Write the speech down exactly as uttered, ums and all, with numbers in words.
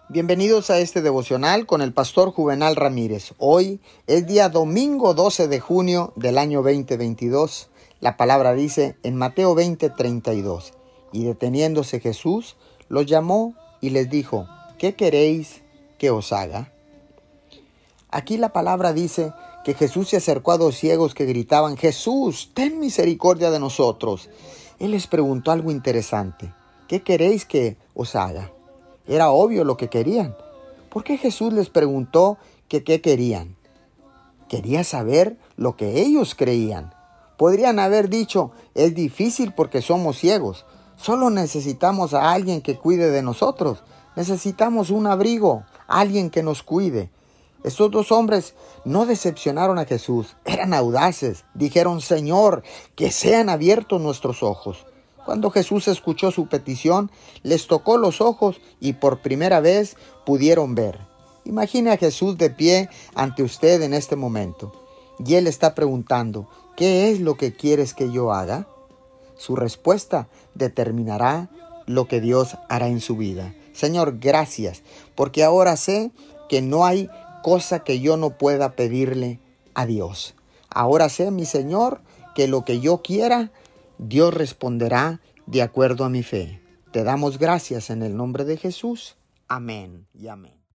Bienvenidos a este devocional con el pastor Juvenal Ramírez. Hoy es día domingo doce de junio del año veinte veintidós. La palabra dice en Mateo veinte treinta y dos: y deteniéndose Jesús, los llamó y les dijo: ¿qué queréis que os haga? Aquí la palabra dice que Jesús se acercó a dos ciegos que gritaban: Jesús, ten misericordia de nosotros. Él les preguntó algo interesante: ¿qué queréis que os haga? Era obvio lo que querían. ¿Por qué Jesús les preguntó que qué querían? Quería saber lo que ellos creían. Podrían haber dicho: es difícil porque somos ciegos. Solo necesitamos a alguien que cuide de nosotros. Necesitamos un abrigo, alguien que nos cuide. Estos dos hombres no decepcionaron a Jesús. Eran audaces. Dijeron: Señor, que sean abiertos nuestros ojos. Cuando Jesús escuchó su petición, les tocó los ojos y por primera vez pudieron ver. Imagine a Jesús de pie ante usted en este momento. Y Él está preguntando: ¿qué es lo que quieres que yo haga? Su respuesta determinará lo que Dios hará en su vida. Señor, gracias, porque ahora sé que no hay cosa que yo no pueda pedirle a Dios. Ahora sé, mi Señor, que lo que yo quiera, Dios responderá de acuerdo a mi fe. Te damos gracias en el nombre de Jesús. Amén y amén.